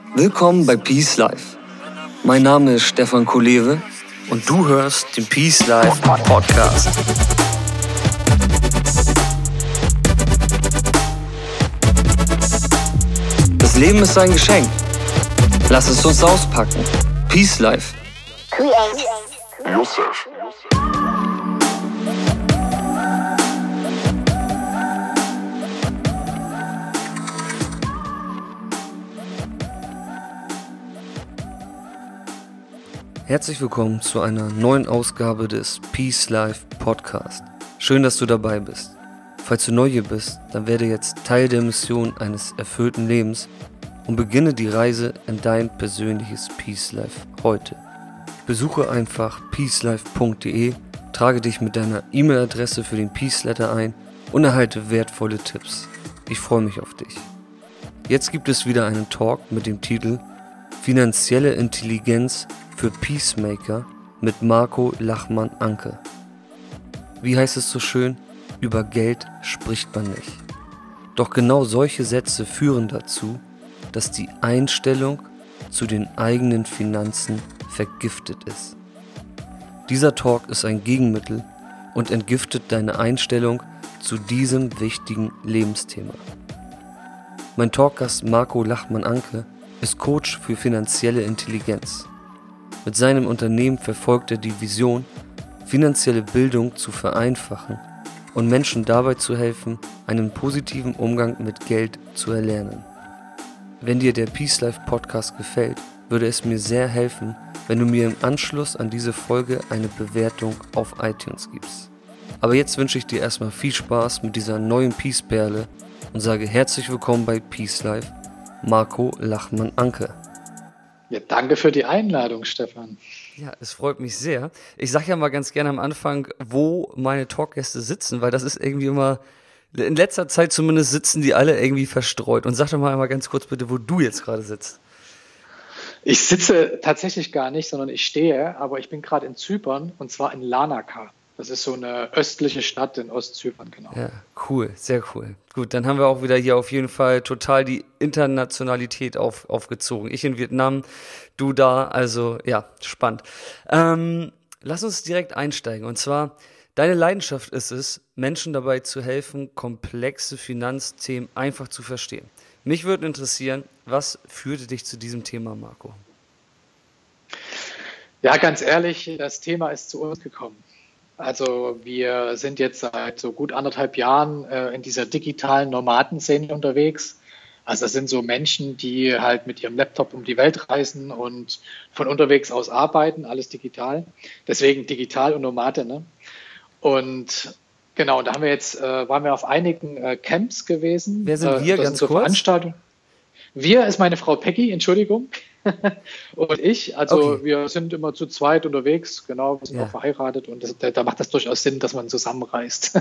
Willkommen bei Peace Life. Mein Name ist Stefan Kolewe und du hörst den Peace Life Podcast. Das Leben ist ein Geschenk. Lass es uns auspacken. Peace Life. Create yourself. Herzlich willkommen zu einer neuen Ausgabe des Peace Life Podcast. Schön, dass du dabei bist. Falls du neu hier bist, dann werde jetzt Teil der Mission eines erfüllten Lebens und beginne die Reise in dein persönliches Peace Life heute. Besuche einfach peacelife.de, trage dich mit deiner E-Mail-Adresse für den Peace Letter ein und erhalte wertvolle Tipps. Ich freue mich auf dich. Jetzt gibt es wieder einen Talk mit dem Titel Finanzielle Intelligenz für Peacemaker mit Marco Lachmann-Anke. Wie heißt es so schön? Über Geld spricht man nicht. Doch genau solche Sätze führen dazu, dass die Einstellung zu den eigenen Finanzen vergiftet ist. Dieser Talk ist ein Gegenmittel und entgiftet deine Einstellung zu diesem wichtigen Lebensthema. Mein Talkgast Marco Lachmann-Anke ist Coach für finanzielle Intelligenz. Mit seinem Unternehmen verfolgt er die Vision, finanzielle Bildung zu vereinfachen und Menschen dabei zu helfen, einen positiven Umgang mit Geld zu erlernen. Wenn dir der Peace Life Podcast gefällt, würde es mir sehr helfen, wenn du mir im Anschluss an diese Folge eine Bewertung auf iTunes gibst. Aber jetzt wünsche ich dir erstmal viel Spaß mit dieser neuen Peace-Perle und sage herzlich willkommen bei Peace Life, Marco Lachmann-Anke. Ja, danke für die Einladung, Stefan. Ja, es freut mich sehr. Ich sage ja mal ganz gerne am Anfang, wo meine Talkgäste sitzen, weil das ist irgendwie immer, in letzter Zeit zumindest sitzen die alle irgendwie verstreut. Und sag doch mal einmal ganz kurz bitte, wo du jetzt gerade sitzt. Ich sitze tatsächlich gar nicht, sondern ich stehe, aber ich bin gerade in Zypern und zwar in Larnaca. Das ist so eine östliche Stadt in Ostzypern, genau. Ja, cool, sehr cool. Gut, dann haben wir auch wieder hier auf jeden Fall total die Internationalität aufgezogen. Ich in Vietnam, du da, also ja, spannend. Lass uns direkt einsteigen. Und zwar, deine Leidenschaft ist es, Menschen dabei zu helfen, komplexe Finanzthemen einfach zu verstehen. Mich würde interessieren, was führte dich zu diesem Thema, Marco? Ja, ganz ehrlich, das Thema ist zu uns gekommen. Also wir sind jetzt seit so gut 1,5 Jahren in dieser digitalen Nomadenszene unterwegs. Also das sind so Menschen, die halt mit ihrem Laptop um die Welt reisen und von unterwegs aus arbeiten, alles digital. Deswegen digital und Nomade, ne? Und genau, da haben wir jetzt, waren wir auf einigen Camps gewesen. Wer sind wir, das ganz sind so kurz? Veranstaltungen. Wir ist meine Frau Peggy, Entschuldigung. Und ich, also okay. Wir sind immer zu zweit unterwegs, genau, wir sind auch verheiratet und da macht das durchaus Sinn, dass man zusammenreist.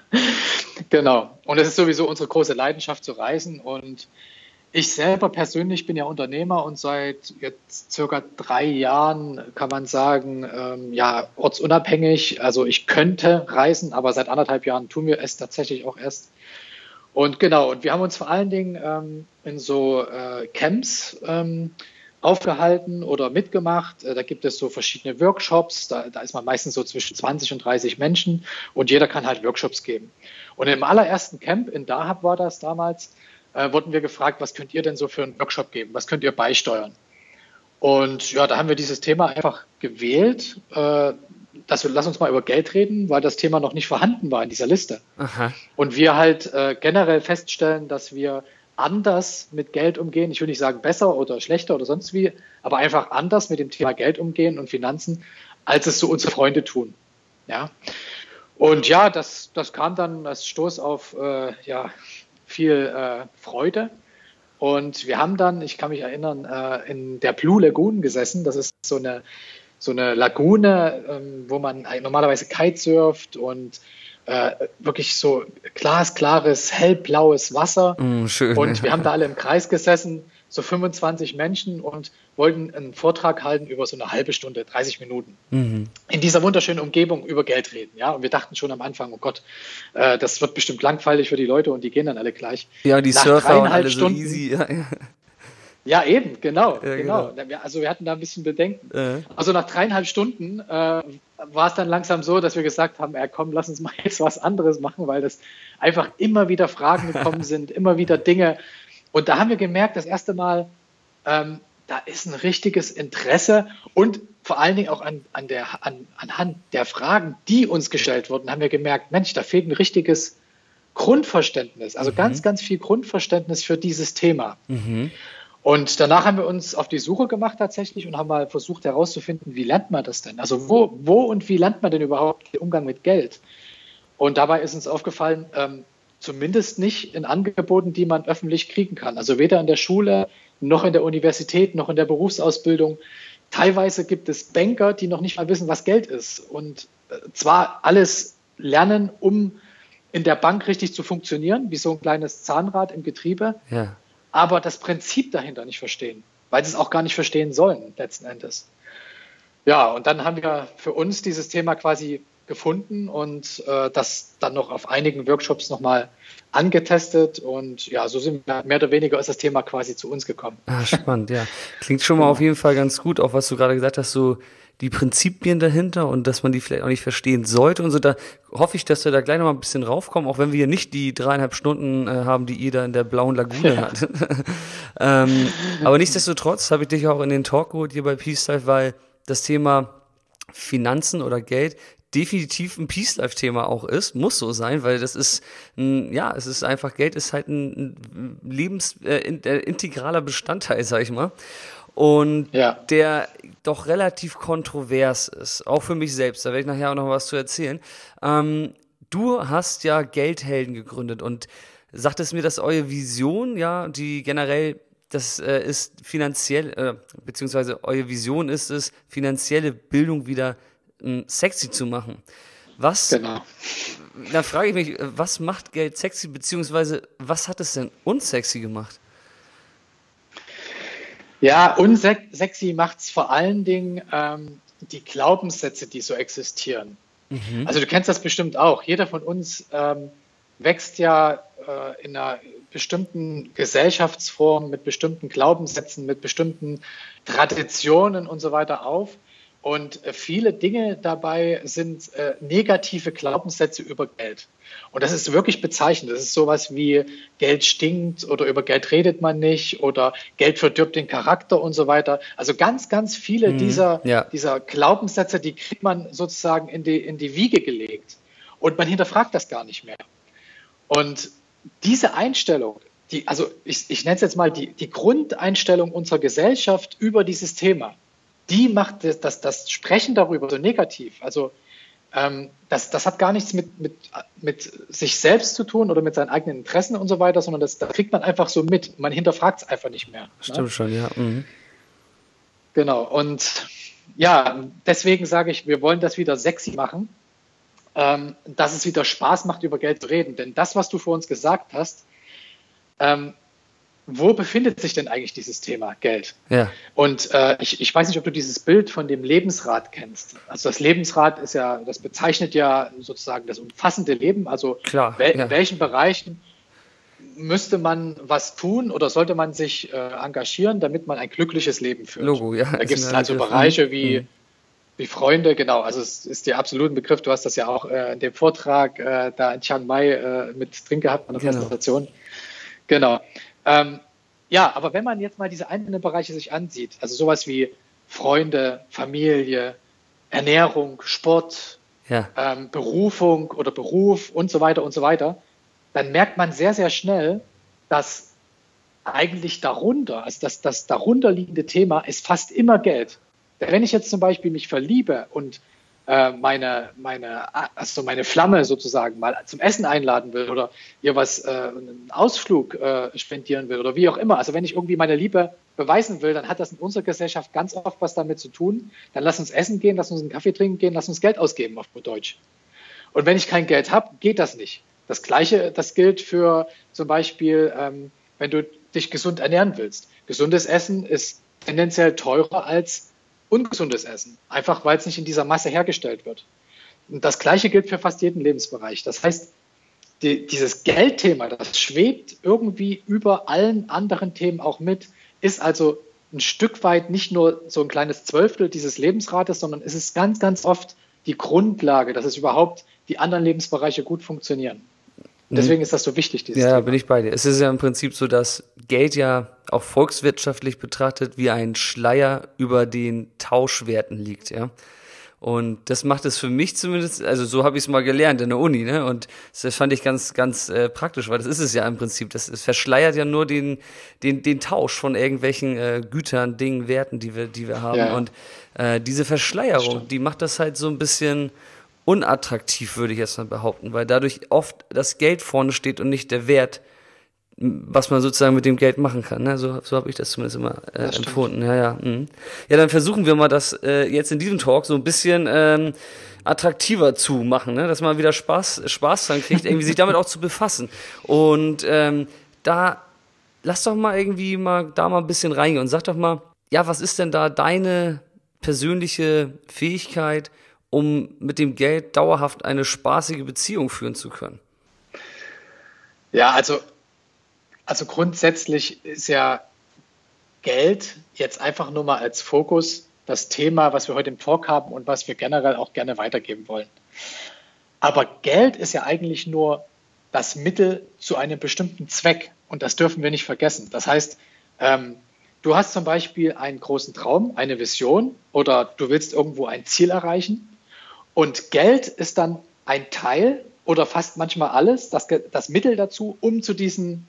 Genau, und es ist sowieso unsere große Leidenschaft zu reisen und ich selber persönlich bin ja Unternehmer und seit jetzt circa 3 Jahren kann man sagen, ja, ortsunabhängig, also ich könnte reisen, aber seit 1,5 Jahren tun wir es tatsächlich auch erst. Und genau, und wir haben uns vor allen Dingen in so Camps aufgehalten oder mitgemacht. Da gibt es so verschiedene Workshops. Da ist man meistens so zwischen 20 und 30 Menschen und jeder kann halt Workshops geben. Und im allerersten Camp in Dahab war das damals, wurden wir gefragt, was könnt ihr denn so für einen Workshop geben? Was könnt ihr beisteuern? Und ja, da haben wir dieses Thema einfach gewählt. Lass uns mal über Geld reden, weil das Thema noch nicht vorhanden war in dieser Liste. Aha. Und wir halt generell feststellen, dass wir anders mit Geld umgehen. Ich will nicht sagen besser oder schlechter oder sonst wie, aber einfach anders mit dem Thema Geld umgehen und Finanzen, als es so unsere Freunde tun. Ja. Und ja, das kam dann als Stoß auf viel Freude. Und wir haben dann, ich kann mich erinnern, in der Blue Lagoon gesessen. Das ist so eine Lagune, wo man normalerweise Kitesurft und wirklich so glasklares, hellblaues Wasser. Schön. Und wir haben da alle im Kreis gesessen, so 25 Menschen und wollten einen Vortrag halten über so eine halbe Stunde, 30 Minuten. In dieser wunderschönen Umgebung über Geld reden. Ja? Und wir dachten schon am Anfang, oh Gott, das wird bestimmt langweilig für die Leute und die gehen dann alle gleich. Ja, die Surfer und alle so easy. Ja. Ja, eben, genau, Ja, genau. Also wir hatten da ein bisschen Bedenken. Also nach 3,5 Stunden war es dann langsam so, dass wir gesagt haben, komm, lass uns mal jetzt was anderes machen, weil das einfach immer wieder Fragen gekommen sind, immer wieder Dinge. Und da haben wir gemerkt, das erste Mal, da ist ein richtiges Interesse und vor allen Dingen auch anhand der Fragen, die uns gestellt wurden, haben wir gemerkt, Mensch, da fehlt ein richtiges Grundverständnis, also ganz, ganz viel Grundverständnis für dieses Thema. Und danach haben wir uns auf die Suche gemacht tatsächlich und haben mal versucht herauszufinden, wie lernt man das denn? Also wo und wie lernt man denn überhaupt den Umgang mit Geld? Und dabei ist uns aufgefallen, zumindest nicht in Angeboten, die man öffentlich kriegen kann. Also weder in der Schule, noch in der Universität, noch in der Berufsausbildung. Teilweise gibt es Banker, die noch nicht mal wissen, was Geld ist. Und zwar alles lernen, um in der Bank richtig zu funktionieren, wie so ein kleines Zahnrad im Getriebe. Ja. Aber das Prinzip dahinter nicht verstehen, weil sie es auch gar nicht verstehen sollen, letzten Endes. Ja, und dann haben wir für uns dieses Thema quasi gefunden und das dann noch auf einigen Workshops nochmal angetestet und ja, so sind wir mehr oder weniger ist das Thema quasi zu uns gekommen. Spannend, ja. Klingt schon mal auf jeden Fall ganz gut, auch was du gerade gesagt hast, so die Prinzipien dahinter und dass man die vielleicht auch nicht verstehen sollte und so. Da hoffe ich, dass wir da gleich noch mal ein bisschen raufkommen, auch wenn wir nicht die 3,5 Stunden haben, die ihr da in der blauen Lagune hat. Aber nichtsdestotrotz habe ich dich auch in den Talk geholt hier bei Peace Life, weil das Thema Finanzen oder Geld definitiv ein Peace-Life-Thema auch ist, muss so sein, weil das ist, es ist einfach, Geld ist halt ein integraler Bestandteil, sag ich mal. Und der doch relativ kontrovers ist, auch für mich selbst, da werde ich nachher auch noch was zu erzählen. Du hast ja Geldhelden gegründet und sagtest mir, dass eure Vision, ja, die generell, das ist finanziell, beziehungsweise eure Vision ist es, finanzielle Bildung wieder sexy zu machen. Genau. Da frage ich mich, was macht Geld sexy, beziehungsweise was hat es denn unsexy gemacht? Ja, unsexy macht es vor allen Dingen die Glaubenssätze, die so existieren. Also du kennst das bestimmt auch. Jeder von uns wächst ja in einer bestimmten Gesellschaftsform, mit bestimmten Glaubenssätzen, mit bestimmten Traditionen und so weiter auf. Und viele Dinge dabei sind negative Glaubenssätze über Geld. Und das ist wirklich bezeichnend. Das ist sowas wie Geld stinkt oder über Geld redet man nicht oder Geld verdirbt den Charakter und so weiter. Also ganz, ganz viele dieser Glaubenssätze, die kriegt man sozusagen in die Wiege gelegt. Und man hinterfragt das gar nicht mehr. Und diese Einstellung, ich nenne es jetzt mal die Grundeinstellung unserer Gesellschaft über dieses Thema, die macht das Sprechen darüber so negativ. Also das hat gar nichts mit sich selbst zu tun oder mit seinen eigenen Interessen und so weiter, sondern das kriegt man einfach so mit. Man hinterfragt es einfach nicht mehr. Stimmt schon, ja. Genau. Und ja, deswegen sage ich, wir wollen das wieder sexy machen, dass es wieder Spaß macht, über Geld zu reden. Denn das, was du vor uns gesagt hast, wo befindet sich denn eigentlich dieses Thema Geld? Ja. Und ich weiß nicht, ob du dieses Bild von dem Lebensrad kennst. Also das Lebensrad das bezeichnet ja sozusagen das umfassende Leben. Also in welchen Bereichen müsste man was tun oder sollte man sich engagieren, damit man ein glückliches Leben führt? Logo, ja. Da gibt es also Bereiche wie Freunde, genau. Also es ist der absolute Begriff. Du hast das ja auch in dem Vortrag da in Chiang Mai mit drin gehabt, an der Präsentation. Genau. Aber wenn man jetzt mal diese einzelnen Bereiche sich ansieht, also sowas wie Freunde, Familie, Ernährung, Sport, Berufung oder Beruf und so weiter, dann merkt man sehr, sehr schnell, dass eigentlich darunter, also das darunterliegende Thema ist fast immer Geld. Denn wenn ich jetzt zum Beispiel mich verliebe und meine Flamme sozusagen mal zum Essen einladen will oder ihr einen Ausflug spendieren will oder wie auch immer. Also wenn ich irgendwie meine Liebe beweisen will, dann hat das in unserer Gesellschaft ganz oft was damit zu tun. Dann lass uns essen gehen, lass uns einen Kaffee trinken gehen, lass uns Geld ausgeben auf gut Deutsch. Und wenn ich kein Geld habe, geht das nicht. Das Gleiche, das gilt für zum Beispiel, wenn du dich gesund ernähren willst. Gesundes Essen ist tendenziell teurer als ungesundes Essen, einfach weil es nicht in dieser Masse hergestellt wird. Und das Gleiche gilt für fast jeden Lebensbereich. Das heißt, dieses Geldthema, das schwebt irgendwie über allen anderen Themen auch mit, ist also ein Stück weit nicht nur so ein kleines Zwölftel dieses Lebensrates, sondern es ist ganz, ganz oft die Grundlage, dass es überhaupt die anderen Lebensbereiche gut funktionieren. Deswegen ist das so wichtig, dieses Thema. Ja, bin ich bei dir. Es ist ja im Prinzip so, dass Geld ja auch volkswirtschaftlich betrachtet wie ein Schleier über den Tauschwerten liegt, ja. Und das macht es für mich zumindest, also so habe ich es mal gelernt in der Uni, ne? Und das fand ich ganz, ganz praktisch, weil das ist es ja im Prinzip. Es verschleiert ja nur den Tausch von irgendwelchen Gütern, Dingen, Werten, die wir haben. Ja. Und diese Verschleierung, die macht das halt so ein bisschen unattraktiv, würde ich jetzt mal behaupten, weil dadurch oft das Geld vorne steht und nicht der Wert, was man sozusagen mit dem Geld machen kann. Ne? So habe ich das zumindest immer empfunden. Ja. Ja, dann versuchen wir mal das jetzt in diesem Talk so ein bisschen attraktiver zu machen, ne? Dass man wieder Spaß dran kriegt, irgendwie sich damit auch zu befassen. Und da lass doch mal irgendwie da mal ein bisschen reingehen und sag doch mal, ja, was ist denn da deine persönliche Fähigkeit, um mit dem Geld dauerhaft eine spaßige Beziehung führen zu können? Ja, also grundsätzlich ist ja Geld jetzt einfach nur mal als Fokus das Thema, was wir heute im Talk haben und was wir generell auch gerne weitergeben wollen. Aber Geld ist ja eigentlich nur das Mittel zu einem bestimmten Zweck und das dürfen wir nicht vergessen. Das heißt, du hast zum Beispiel einen großen Traum, eine Vision oder du willst irgendwo ein Ziel erreichen und Geld ist dann ein Teil oder fast manchmal alles, das Mittel dazu, um zu diesen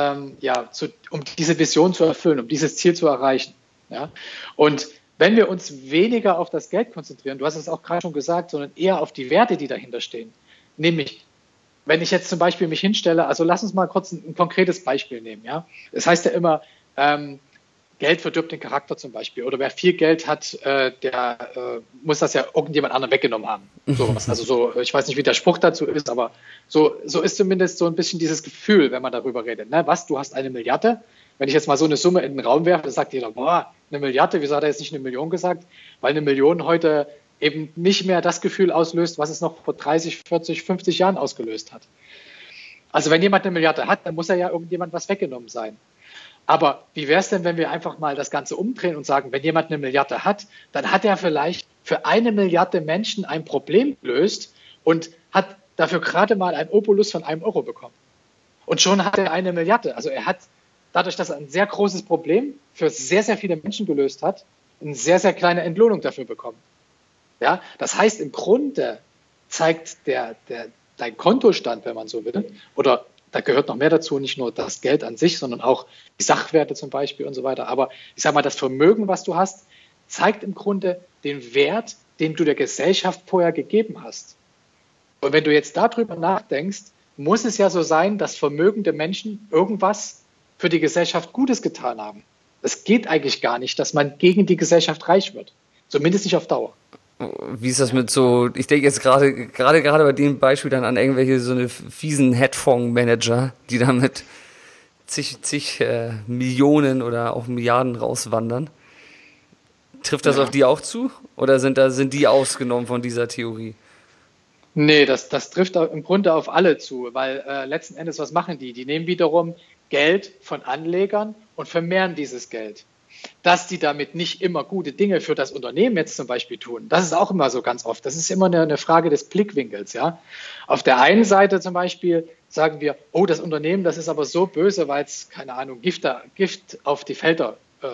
um diese Vision zu erfüllen, um dieses Ziel zu erreichen. Ja? Und wenn wir uns weniger auf das Geld konzentrieren, du hast es auch gerade schon gesagt, sondern eher auf die Werte, die dahinter stehen. Nämlich, wenn ich jetzt zum Beispiel mich hinstelle, also lass uns mal kurz ein konkretes Beispiel nehmen. Ja? Es heißt ja immer, Geld verdirbt den Charakter zum Beispiel. Oder wer viel Geld hat, der muss das ja irgendjemand anderem weggenommen haben. Sowas. Also so, ich weiß nicht, wie der Spruch dazu ist, aber so ist zumindest so ein bisschen dieses Gefühl, wenn man darüber redet. Ne? Was, du hast 1 Milliarde? Wenn ich jetzt mal so eine Summe in den Raum werfe, dann sagt jeder, boah, 1 Milliarde, wieso hat er jetzt nicht 1 Million gesagt? Weil 1 Million heute eben nicht mehr das Gefühl auslöst, was es noch vor 30, 40, 50 Jahren ausgelöst hat. Also wenn jemand 1 Milliarde hat, dann muss er ja irgendjemand was weggenommen sein. Aber wie wäre es denn, wenn wir einfach mal das Ganze umdrehen und sagen, wenn jemand 1 Milliarde hat, dann hat er vielleicht für 1 Milliarde Menschen ein Problem gelöst und hat dafür gerade mal einen Obolus von 1 Euro bekommen. Und schon hat er 1 Milliarde. Also er hat dadurch, dass er ein sehr großes Problem für sehr, sehr viele Menschen gelöst hat, eine sehr, sehr kleine Entlohnung dafür bekommen. Ja, das heißt, im Grunde zeigt dein Kontostand, wenn man so will, oder da gehört noch mehr dazu, nicht nur das Geld an sich, sondern auch die Sachwerte zum Beispiel und so weiter. Aber ich sage mal, das Vermögen, was du hast, zeigt im Grunde den Wert, den du der Gesellschaft vorher gegeben hast. Und wenn du jetzt darüber nachdenkst, muss es ja so sein, dass vermögende Menschen irgendwas für die Gesellschaft Gutes getan haben. Es geht eigentlich gar nicht, dass man gegen die Gesellschaft reich wird. Zumindest nicht auf Dauer. Wie ist das mit so, ich denke jetzt gerade bei dem Beispiel dann an irgendwelche so eine fiesen Hedgefonds-Manager, die da mit zig Millionen oder auch Milliarden rauswandern. Trifft das auf die auch zu? Oder sind die ausgenommen von dieser Theorie? Nee, das trifft im Grunde auf alle zu, weil letzten Endes, was machen die? Die nehmen wiederum Geld von Anlegern und vermehren dieses Geld. Dass die damit nicht immer gute Dinge für das Unternehmen jetzt zum Beispiel tun, das ist auch immer so ganz oft. Das ist immer eine Frage des Blickwinkels. Ja? Auf der einen Seite zum Beispiel sagen wir, oh, das Unternehmen, das ist aber so böse, weil es, keine Ahnung, Gift auf die Felder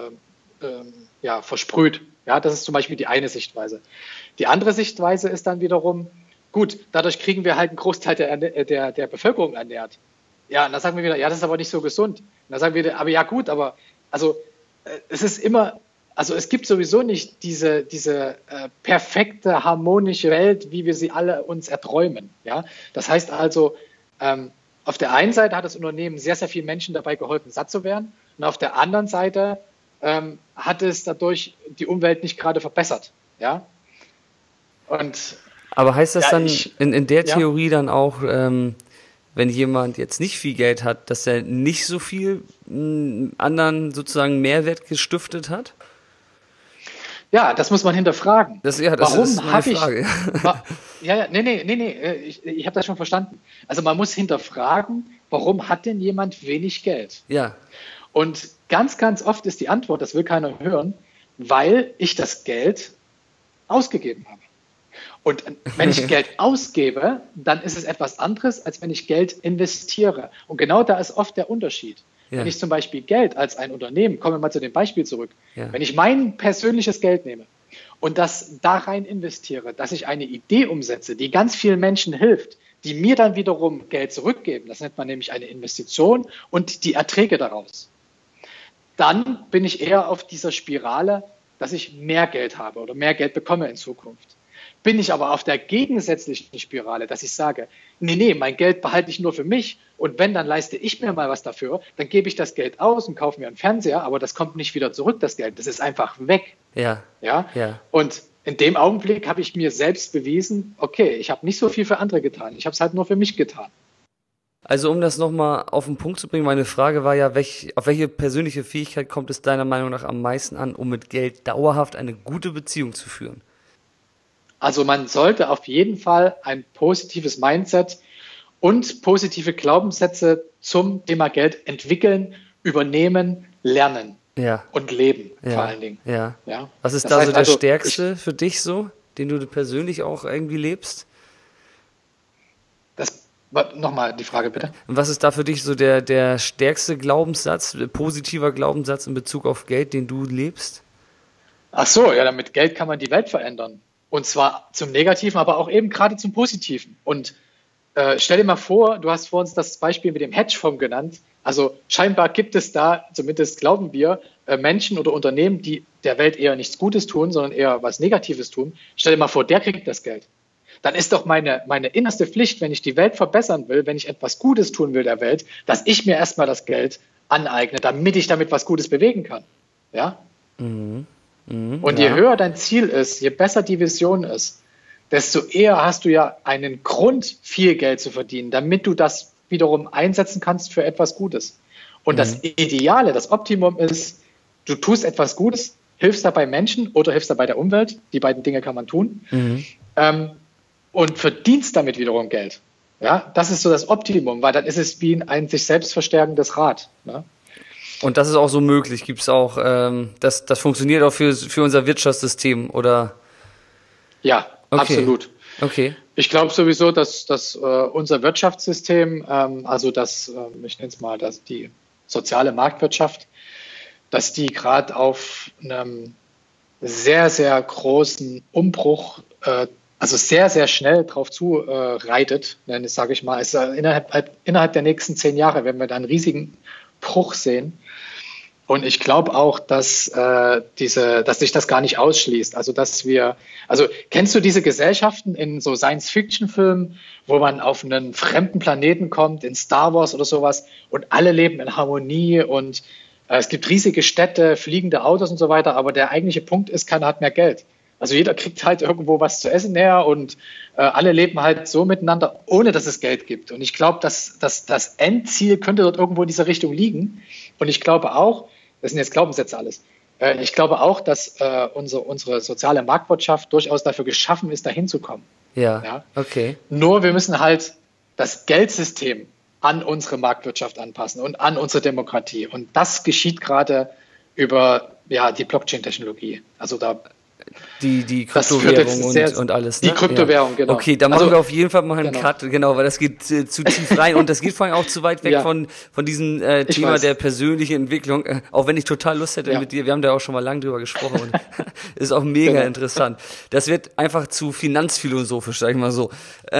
versprüht. Ja, das ist zum Beispiel die eine Sichtweise. Die andere Sichtweise ist dann wiederum, gut, dadurch kriegen wir halt einen Großteil der Bevölkerung ernährt. Ja, und dann sagen wir wieder, ja, das ist aber nicht so gesund. Und dann sagen wir wieder, aber ja gut, aber also es ist immer, also es gibt sowieso nicht diese perfekte, harmonische Welt, wie wir sie alle uns erträumen. Ja? Das heißt also, auf der einen Seite hat das Unternehmen sehr, sehr vielen Menschen dabei geholfen, satt zu werden. Und auf der anderen Seite hat es dadurch die Umwelt nicht gerade verbessert. Ja? Aber heißt das dann in der Theorie dann auch, wenn jemand jetzt nicht viel Geld hat, dass er nicht so viel anderen sozusagen Mehrwert gestiftet hat? Ja, das muss man hinterfragen. Das Warum ist meine Frage. Ich habe das schon verstanden. Also man muss hinterfragen, warum hat denn jemand wenig Geld? Ja. Und ganz, ganz oft ist die Antwort, das will keiner hören, weil ich das Geld ausgegeben habe. Und wenn ich Geld ausgebe, dann ist es etwas anderes, als wenn ich Geld investiere. Und genau da ist oft der Unterschied. Ja. Wenn ich zum Beispiel Geld als ein Unternehmen, kommen wir mal zu dem Beispiel zurück, wenn ich mein persönliches Geld nehme und das da rein investiere, dass ich eine Idee umsetze, die ganz vielen Menschen hilft, die mir dann wiederum Geld zurückgeben, das nennt man nämlich eine Investition und die Erträge daraus, dann bin ich eher auf dieser Spirale, dass ich mehr Geld habe oder mehr Geld bekomme in Zukunft. Bin ich aber auf der gegensätzlichen Spirale, dass ich sage, nee, mein Geld behalte ich nur für mich und wenn, dann leiste ich mir mal was dafür, dann gebe ich das Geld aus und kaufe mir einen Fernseher, aber das kommt nicht wieder zurück, das Geld, das ist einfach weg. Ja. Und in dem Augenblick habe ich mir selbst bewiesen, okay, ich habe nicht so viel für andere getan, ich habe es halt nur für mich getan. Also um das nochmal auf den Punkt zu bringen, meine Frage war ja, auf welche persönliche Fähigkeit kommt es deiner Meinung nach am meisten an, um mit Geld dauerhaft eine gute Beziehung zu führen? Also man sollte auf jeden Fall ein positives Mindset und positive Glaubenssätze zum Thema Geld entwickeln, übernehmen, lernen und leben vor allen Dingen. Ja. Was ist da so der stärkste für dich so, den du persönlich auch irgendwie lebst? Nochmal die Frage bitte. Und was ist da für dich so der stärkste Glaubenssatz, positiver Glaubenssatz in Bezug auf Geld, den du lebst? Ach so, ja, mit Geld kann man die Welt verändern. Und zwar zum Negativen, aber auch eben gerade zum Positiven. Und stell dir mal vor, du hast vor uns das Beispiel mit dem Hedgefonds genannt. Also scheinbar gibt es da, zumindest glauben wir, Menschen oder Unternehmen, die der Welt eher nichts Gutes tun, sondern eher was Negatives tun. Stell dir mal vor, der kriegt das Geld. Dann ist doch meine innerste Pflicht, wenn ich die Welt verbessern will, wenn ich etwas Gutes tun will der Welt, dass ich mir erstmal das Geld aneigne, damit ich damit was Gutes bewegen kann. Ja? Und je höher dein Ziel ist, je besser die Vision ist, desto eher hast du ja einen Grund, viel Geld zu verdienen, damit du das wiederum einsetzen kannst für etwas Gutes. Und das Ideale, das Optimum ist, du tust etwas Gutes, hilfst dabei Menschen oder hilfst dabei der Umwelt. Die beiden Dinge kann man tun. Und verdienst damit wiederum Geld. Ja, das ist so das Optimum, weil dann ist es wie ein sich selbst verstärkendes Rad. Ne? Und das ist auch so möglich, gibt es auch, das funktioniert auch für unser Wirtschaftssystem, oder? Ja, okay. Absolut. Okay. Ich glaube sowieso, dass unser Wirtschaftssystem, ich nenne es mal, die soziale Marktwirtschaft, dass die gerade auf einem sehr, sehr großen Umbruch, also sehr, sehr schnell drauf zu reitet, sage ich mal. Also innerhalb der nächsten 10 Jahre werden wir da einen riesigen Bruch sehen. Und ich glaube auch, dass sich das gar nicht ausschließt. Also kennst du diese Gesellschaften in so Science-Fiction-Filmen, wo man auf einen fremden Planeten kommt, in Star Wars oder sowas, und alle leben in Harmonie und es gibt riesige Städte, fliegende Autos und so weiter, aber der eigentliche Punkt ist, keiner hat mehr Geld. Also jeder kriegt halt irgendwo was zu essen her und alle leben halt so miteinander, ohne dass es Geld gibt. Und ich glaube, dass das Endziel könnte dort irgendwo in dieser Richtung liegen. Und ich glaube auch, das sind jetzt Glaubenssätze alles, ich glaube auch, dass unsere soziale Marktwirtschaft durchaus dafür geschaffen ist, dahin zu kommen. Ja, okay. Nur wir müssen halt das Geldsystem an unsere Marktwirtschaft anpassen und an unsere Demokratie. Und das geschieht gerade über die Blockchain-Technologie. Also die Kryptowährung und alles. Ne? Die Kryptowährung, genau. Okay, da machen wir auf jeden Fall mal einen Cut, genau, weil das geht zu tief rein und das geht vor allem auch zu weit weg von diesem Thema der persönlichen Entwicklung, auch wenn ich total Lust hätte mit dir, wir haben da auch schon mal lange drüber gesprochen und ist auch mega interessant. Das wird einfach zu finanzphilosophisch, sag ich mal so.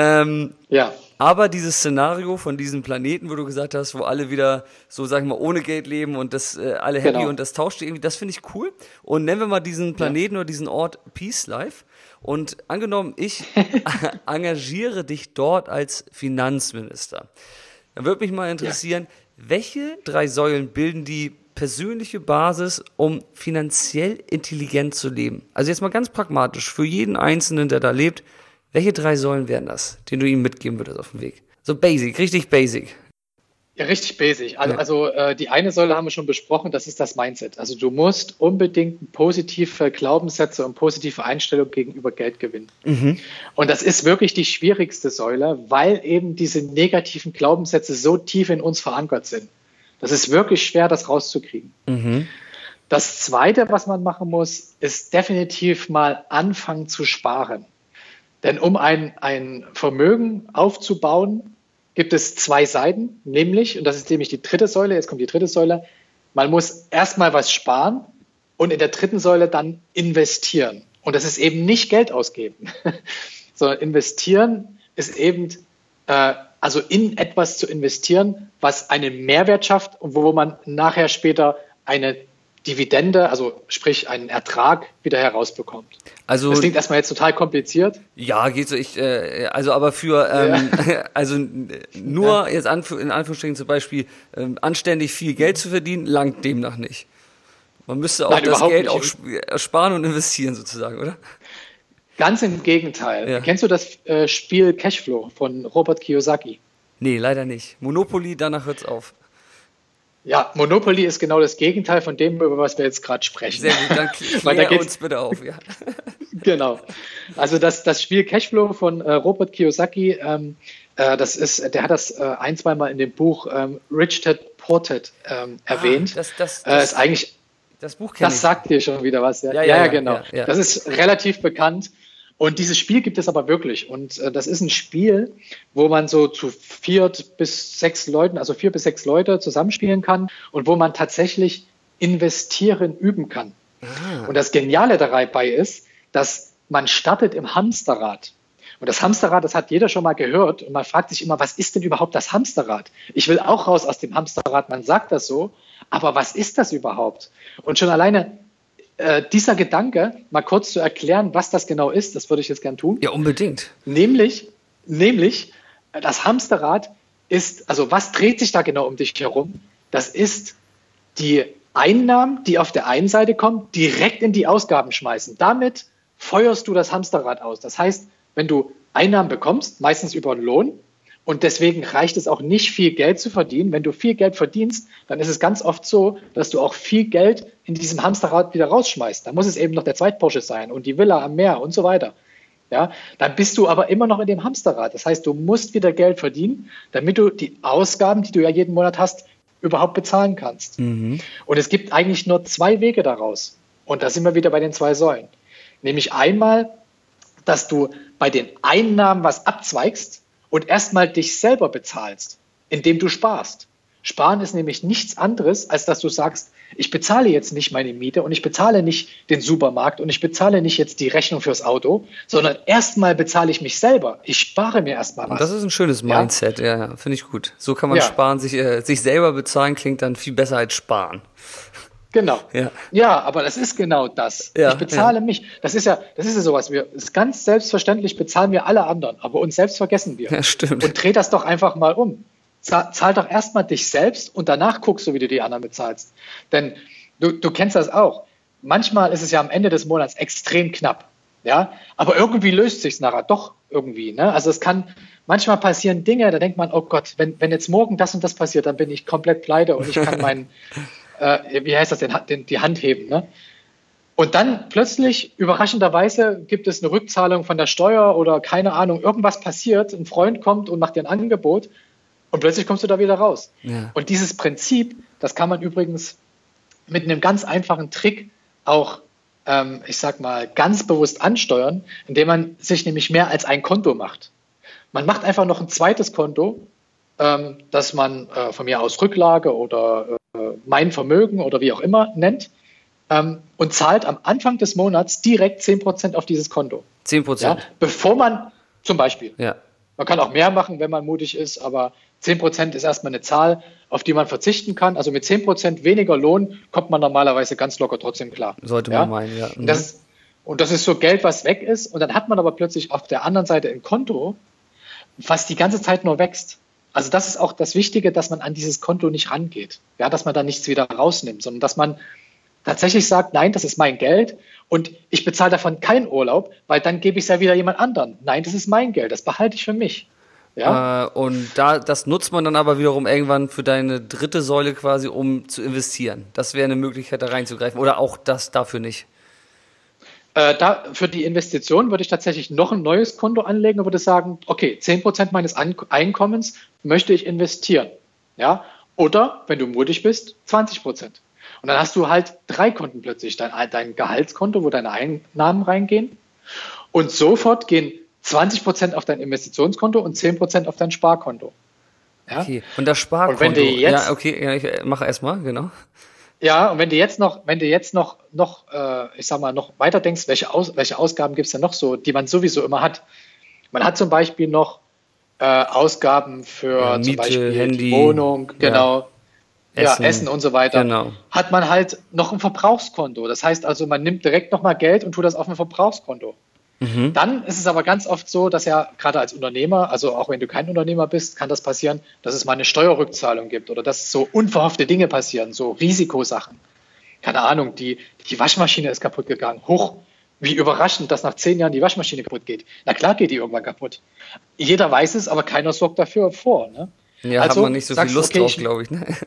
Aber dieses Szenario von diesem Planeten, wo du gesagt hast, wo alle wieder so, sag ich mal, ohne Geld leben und das alle happy und das tauscht irgendwie, das finde ich cool. Und nennen wir mal diesen Planeten oder diesen Ort Peace Life. Und angenommen, ich engagiere dich dort als Finanzminister. Dann würde mich mal interessieren, welche 3 Säulen bilden die persönliche Basis, um finanziell intelligent zu leben? Also jetzt mal ganz pragmatisch, für jeden Einzelnen, der da lebt, welche 3 Säulen wären das, den du ihm mitgeben würdest auf dem Weg? So basic, richtig basic. Ja, richtig basic. Die eine Säule haben wir schon besprochen, das ist das Mindset. Also du musst unbedingt positive Glaubenssätze und positive Einstellung gegenüber Geld gewinnen. Und das ist wirklich die schwierigste Säule, weil eben diese negativen Glaubenssätze so tief in uns verankert sind. Das ist wirklich schwer, das rauszukriegen. Das Zweite, was man machen muss, ist definitiv mal anfangen zu sparen. Denn um ein Vermögen aufzubauen, gibt es zwei Seiten, nämlich, und das ist nämlich die dritte Säule, jetzt kommt die dritte Säule, man muss erstmal was sparen und in der dritten Säule dann investieren. Und das ist eben nicht Geld ausgeben, sondern investieren ist eben, also in etwas zu investieren, was einen Mehrwert schafft und wo man nachher später eine Dividende, also sprich einen Ertrag wieder herausbekommt. Also das klingt erstmal jetzt total kompliziert. Ja, geht so. Aber für also nur jetzt in Anführungsstrichen zum Beispiel anständig viel Geld zu verdienen, langt demnach nicht. Man müsste auch das Geld auch sparen und investieren sozusagen, oder? Ganz im Gegenteil. Ja. Kennst du das Spiel Cashflow von Robert Kiyosaki? Nee, leider nicht. Monopoly, danach hört's auf. Ja, Monopoly ist genau das Gegenteil von dem, über was wir jetzt gerade sprechen. Sehr gut, dann klär uns bitte auf. Ja. Genau. Also das Spiel Cashflow von Robert Kiyosaki, der hat das ein, zweimal in dem Buch Rich Dad Poor Dad erwähnt. Ist eigentlich, das Buch kenne ich. Das sagt dir schon wieder was. Ja, genau. Ja. Das ist relativ bekannt. Und dieses Spiel gibt es aber wirklich. Und das ist ein Spiel, wo man so zu 4 bis 6 Leute zusammenspielen kann und wo man tatsächlich investieren üben kann. Und das Geniale dabei ist, dass man startet im Hamsterrad. Und das Hamsterrad, das hat jeder schon mal gehört. Und man fragt sich immer, was ist denn überhaupt das Hamsterrad? Ich will auch raus aus dem Hamsterrad. Man sagt das so. Aber was ist das überhaupt? Und schon alleine dieser Gedanke, mal kurz zu erklären, was das genau ist, das würde ich jetzt gern tun. Ja, unbedingt. Nämlich, das Hamsterrad ist, also was dreht sich da genau um dich herum? Das ist die Einnahmen, die auf der einen Seite kommen, direkt in die Ausgaben schmeißen. Damit feuerst du das Hamsterrad aus. Das heißt, wenn du Einnahmen bekommst, meistens über einen Lohn, und deswegen reicht es auch nicht, viel Geld zu verdienen. Wenn du viel Geld verdienst, dann ist es ganz oft so, dass du auch viel Geld in diesem Hamsterrad wieder rausschmeißt. Da muss es eben noch der Zweit-Porsche sein und die Villa am Meer und so weiter. Ja, dann bist du aber immer noch in dem Hamsterrad. Das heißt, du musst wieder Geld verdienen, damit du die Ausgaben, die du ja jeden Monat hast, überhaupt bezahlen kannst. Und es gibt eigentlich nur 2 Wege daraus. Und da sind wir wieder bei den 2 Säulen. Nämlich einmal, dass du bei den Einnahmen was abzweigst und erstmal dich selber bezahlst, indem du sparst. Sparen ist nämlich nichts anderes, als dass du sagst, ich bezahle jetzt nicht meine Miete und ich bezahle nicht den Supermarkt und ich bezahle nicht jetzt die Rechnung fürs Auto, sondern erstmal bezahle ich mich selber. Ich spare mir erstmal was. Und das ist ein schönes Mindset, ja, finde ich gut. So kann man sparen, sich selber bezahlen, klingt dann viel besser als sparen. Genau. Ja, aber das ist genau das. Ja, ich bezahle mich. Das ist ja sowas. Ist ganz selbstverständlich bezahlen wir alle anderen, aber uns selbst vergessen wir. Ja, stimmt. Und dreh das doch einfach mal um. Zahl doch erstmal dich selbst und danach guckst du, wie du die anderen bezahlst. Denn du kennst das auch. Manchmal ist es ja am Ende des Monats extrem knapp. Ja, aber irgendwie löst sich's nachher doch irgendwie. Ne? Also manchmal passieren Dinge, da denkt man, oh Gott, wenn jetzt morgen das und das passiert, dann bin ich komplett pleite und ich kann meinen die Hand heben. Ne? Und dann plötzlich, überraschenderweise, gibt es eine Rückzahlung von der Steuer oder keine Ahnung, irgendwas passiert, ein Freund kommt und macht dir ein Angebot und plötzlich kommst du da wieder raus. Ja. Und dieses Prinzip, das kann man übrigens mit einem ganz einfachen Trick auch, ich sag mal, ganz bewusst ansteuern, indem man sich nämlich mehr als ein Konto macht. Man macht einfach noch ein zweites Konto, das man von mir aus Rücklage oder mein Vermögen oder wie auch immer nennt und zahlt am Anfang des Monats direkt 10% auf dieses Konto. 10%? Ja, bevor man zum Beispiel, ja. Man kann auch mehr machen, wenn man mutig ist, aber 10% ist erstmal eine Zahl, auf die man verzichten kann. Also mit 10% weniger Lohn kommt man normalerweise ganz locker trotzdem klar. Sollte man meinen, ja. Und das ist so Geld, was weg ist. Und dann hat man aber plötzlich auf der anderen Seite ein Konto, was die ganze Zeit nur wächst. Also das ist auch das Wichtige, dass man an dieses Konto nicht rangeht. Ja, dass man da nichts wieder rausnimmt, sondern dass man tatsächlich sagt, nein, das ist mein Geld und ich bezahle davon keinen Urlaub, weil dann gebe ich es ja wieder jemand anderen. Nein, das ist mein Geld, das behalte ich für mich. Ja? Und das nutzt man dann aber wiederum irgendwann für deine dritte Säule quasi, um zu investieren. Das wäre eine Möglichkeit, da reinzugreifen. Oder auch das dafür nicht. Für die Investition würde ich tatsächlich noch ein neues Konto anlegen und würde sagen, okay, 10% meines Einkommens möchte ich investieren. Ja? Oder, wenn du mutig bist, 20%. Und dann hast du halt 3 Konten plötzlich. Dein Gehaltskonto, wo deine Einnahmen reingehen. Und sofort gehen 20% auf dein Investitionskonto und 10% auf dein Sparkonto. Ja? Okay. Und das Sparkonto. Und wenn du jetzt, ja, okay, ja, ich mache erstmal, genau. Ja, und wenn du jetzt noch ich sag mal, noch weiter denkst, welche Ausgaben gibt es denn noch so, die man sowieso immer hat? Man hat zum Beispiel noch Ausgaben für Miete, zum Beispiel Handy, die Wohnung, genau, Essen und so weiter. Genau. Hat man halt noch ein Verbrauchskonto. Das heißt also, man nimmt direkt nochmal Geld und tut das auf ein Verbrauchskonto. Dann ist es aber ganz oft so, dass ja gerade als Unternehmer, also auch wenn du kein Unternehmer bist, kann das passieren, dass es mal eine Steuerrückzahlung gibt oder dass so unverhoffte Dinge passieren, so Risikosachen. Keine Ahnung, die Waschmaschine ist kaputt gegangen. Huch, wie überraschend, dass nach 10 Jahren die Waschmaschine kaputt geht. Na klar geht die irgendwann kaputt. Jeder weiß es, aber keiner sorgt dafür vor. Ne? Ja, also, hat man nicht so viel Lust drauf, glaube ich. Ne?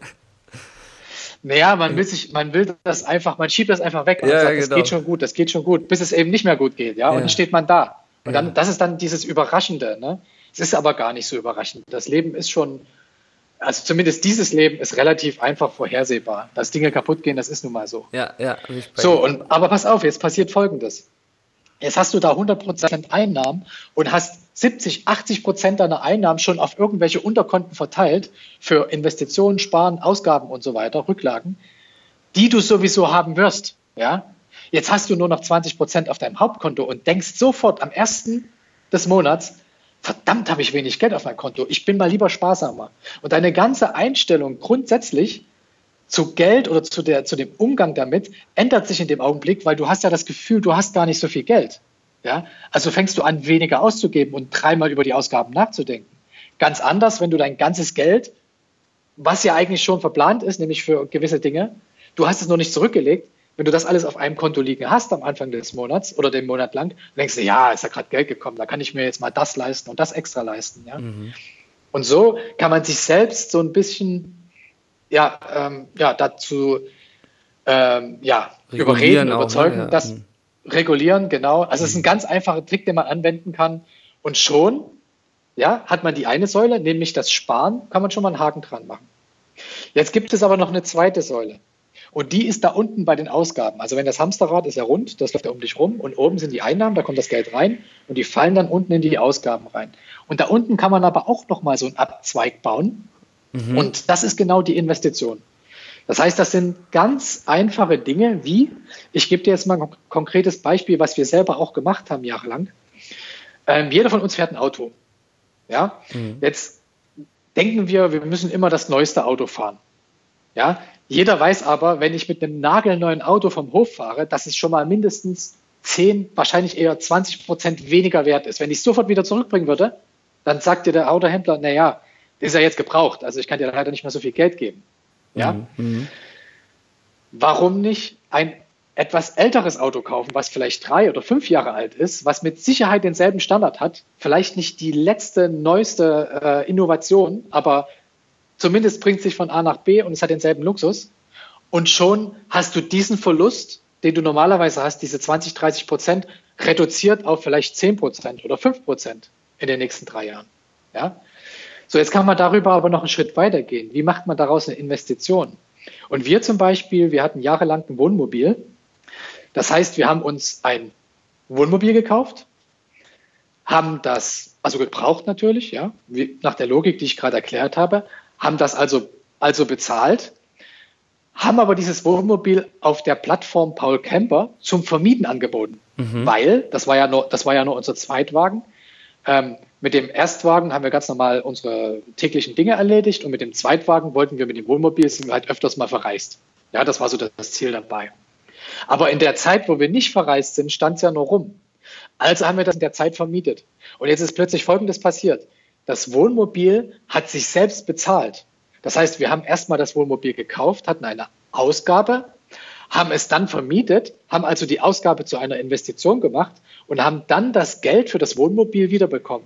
Naja, man will das einfach, man schiebt das einfach weg und sagt, das geht schon gut, bis es eben nicht mehr gut geht, ja, und dann steht man da. Und dann, das ist dann dieses Überraschende, ne? Es ist aber gar nicht so überraschend. Das Leben ist schon, also zumindest dieses Leben ist relativ einfach vorhersehbar. Dass Dinge kaputt gehen, das ist nun mal so. Ja. So, aber pass auf, jetzt passiert Folgendes. Jetzt hast du da 100% Einnahmen und hast 70-80% deiner Einnahmen schon auf irgendwelche Unterkonten verteilt für Investitionen, Sparen, Ausgaben und so weiter, Rücklagen, die du sowieso haben wirst. Ja? Jetzt hast du nur noch 20% auf deinem Hauptkonto und denkst sofort am 1. des Monats, verdammt, habe ich wenig Geld auf meinem Konto, ich bin mal lieber sparsamer. Und deine ganze Einstellung grundsätzlich zu Geld oder zu dem Umgang damit ändert sich in dem Augenblick, weil du hast ja das Gefühl, du hast gar nicht so viel Geld. Ja? Also fängst du an, weniger auszugeben und 3-mal über die Ausgaben nachzudenken. Ganz anders, wenn du dein ganzes Geld, was ja eigentlich schon verplant ist, nämlich für gewisse Dinge, du hast es noch nicht zurückgelegt, wenn du das alles auf einem Konto liegen hast am Anfang des Monats oder den Monat lang, denkst du, ja, ist ja gerade Geld gekommen, da kann ich mir jetzt mal das leisten und das extra leisten. Ja? Und so kann man sich selbst so ein bisschen dazu überreden, überzeugen, auch, das regulieren, genau. Also es ist ein ganz einfacher Trick, den man anwenden kann. Und schon hat man die eine Säule, nämlich das Sparen, kann man schon mal einen Haken dran machen. Jetzt gibt es aber noch eine zweite Säule. Und die ist da unten bei den Ausgaben. Also wenn das Hamsterrad ist ja rund, das läuft ja um dich rum und oben sind die Einnahmen, da kommt das Geld rein und die fallen dann unten in die Ausgaben rein. Und da unten kann man aber auch noch mal so einen Abzweig bauen. Und das ist genau die Investition. Das heißt, das sind ganz einfache Dinge wie, ich gebe dir jetzt mal ein konkretes Beispiel, was wir selber auch gemacht haben jahrelang. Jeder von uns fährt ein Auto. Ja? Jetzt denken wir müssen immer das neueste Auto fahren. Ja? Jeder weiß aber, wenn ich mit einem nagelneuen Auto vom Hof fahre, dass es schon mal mindestens 10, wahrscheinlich eher 20% weniger wert ist. Wenn ich es sofort wieder zurückbringen würde, dann sagt dir der Autohändler, naja, ist ja jetzt gebraucht, also ich kann dir leider nicht mehr so viel Geld geben. Ja? Warum nicht ein etwas älteres Auto kaufen, was vielleicht 3 oder 5 Jahre alt ist, was mit Sicherheit denselben Standard hat, vielleicht nicht die letzte, neueste Innovation, aber zumindest bringt es sich von A nach B und es hat denselben Luxus. Und schon hast du diesen Verlust, den du normalerweise hast, diese 20-30%, reduziert auf vielleicht 10% oder 5% in den nächsten 3 Jahren. Ja? So, jetzt kann man darüber aber noch einen Schritt weitergehen. Wie macht man daraus eine Investition? Und wir zum Beispiel, wir hatten jahrelang ein Wohnmobil. Das heißt, wir haben uns ein Wohnmobil gekauft, haben das, also gebraucht natürlich, ja, nach der Logik, die ich gerade erklärt habe, haben das also bezahlt, haben aber dieses Wohnmobil auf der Plattform Paul Camper zum Vermieten angeboten, weil das war ja nur unser Zweitwagen. Mit dem Erstwagen haben wir ganz normal unsere täglichen Dinge erledigt und mit dem Zweitwagen wollten wir mit dem Wohnmobil, sind wir halt öfters mal verreist. Ja, das war so das Ziel dabei. Aber in der Zeit, wo wir nicht verreist sind, stand es ja nur rum. Also haben wir das in der Zeit vermietet. Und jetzt ist plötzlich Folgendes passiert. Das Wohnmobil hat sich selbst bezahlt. Das heißt, wir haben erstmal das Wohnmobil gekauft, hatten eine Ausgabe, haben es dann vermietet, haben also die Ausgabe zu einer Investition gemacht und haben dann das Geld für das Wohnmobil wiederbekommen.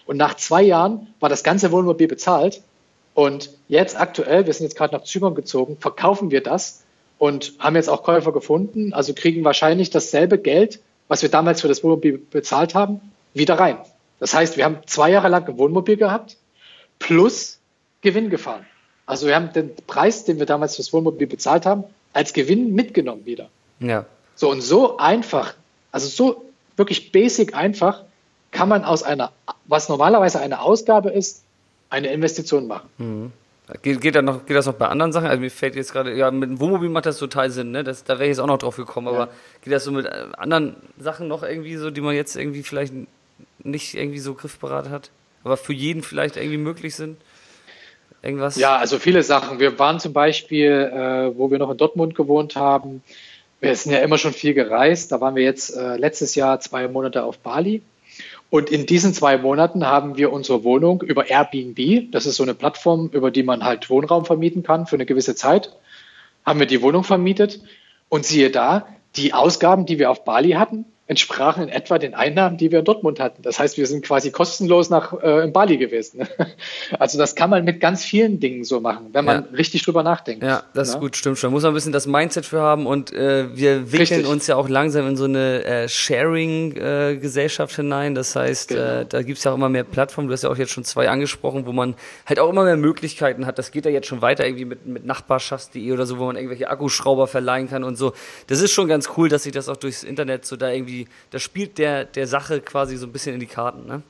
Und nach 2 Jahren war das ganze Wohnmobil bezahlt. Und jetzt aktuell, wir sind jetzt gerade nach Zypern gezogen, verkaufen wir das und haben jetzt auch Käufer gefunden, also kriegen wahrscheinlich dasselbe Geld, was wir damals für das Wohnmobil bezahlt haben, wieder rein. Das heißt, wir haben 2 Jahre lang ein Wohnmobil gehabt, plus Gewinn gefahren. Also wir haben den Preis, den wir damals für das Wohnmobil bezahlt haben, als Gewinn mitgenommen wieder. Ja. So und so einfach, also so wirklich basic einfach, kann man aus einer, was normalerweise eine Ausgabe ist, eine Investition machen. Mhm. Geht das noch bei anderen Sachen? Also mir fällt jetzt gerade, ja, mit dem Wohnmobil macht das total Sinn, ne? Da wäre ich jetzt auch noch drauf gekommen, aber geht das so mit anderen Sachen noch irgendwie so, die man jetzt irgendwie vielleicht nicht irgendwie so griffbereit hat, aber für jeden vielleicht irgendwie möglich sind? Irgendwas? Ja, also viele Sachen. Wir waren zum Beispiel, wo wir noch in Dortmund gewohnt haben, wir sind ja immer schon viel gereist, da waren wir jetzt letztes Jahr 2 Monate auf Bali. Und in diesen 2 Monaten haben wir unsere Wohnung über Airbnb, das ist so eine Plattform, über die man halt Wohnraum vermieten kann für eine gewisse Zeit, haben wir die Wohnung vermietet und siehe da, die Ausgaben, die wir auf Bali hatten, entsprachen in etwa den Einnahmen, die wir in Dortmund hatten. Das heißt, wir sind quasi kostenlos in Bali gewesen. Also das kann man mit ganz vielen Dingen so machen, wenn man richtig drüber nachdenkt. Ja, das ist gut, stimmt schon. Da muss man ein bisschen das Mindset für haben und wir wickeln uns ja auch langsam in so eine Sharing-Gesellschaft hinein. Das heißt, da gibt es ja auch immer mehr Plattformen. Du hast ja auch jetzt schon 2 angesprochen, wo man halt auch immer mehr Möglichkeiten hat. Das geht ja jetzt schon weiter irgendwie mit Nachbarschafts.de oder so, wo man irgendwelche Akkuschrauber verleihen kann und so. Das ist schon ganz cool, dass sich das auch durchs Internet so da irgendwie, das spielt der Sache quasi so ein bisschen in die Karten, ne?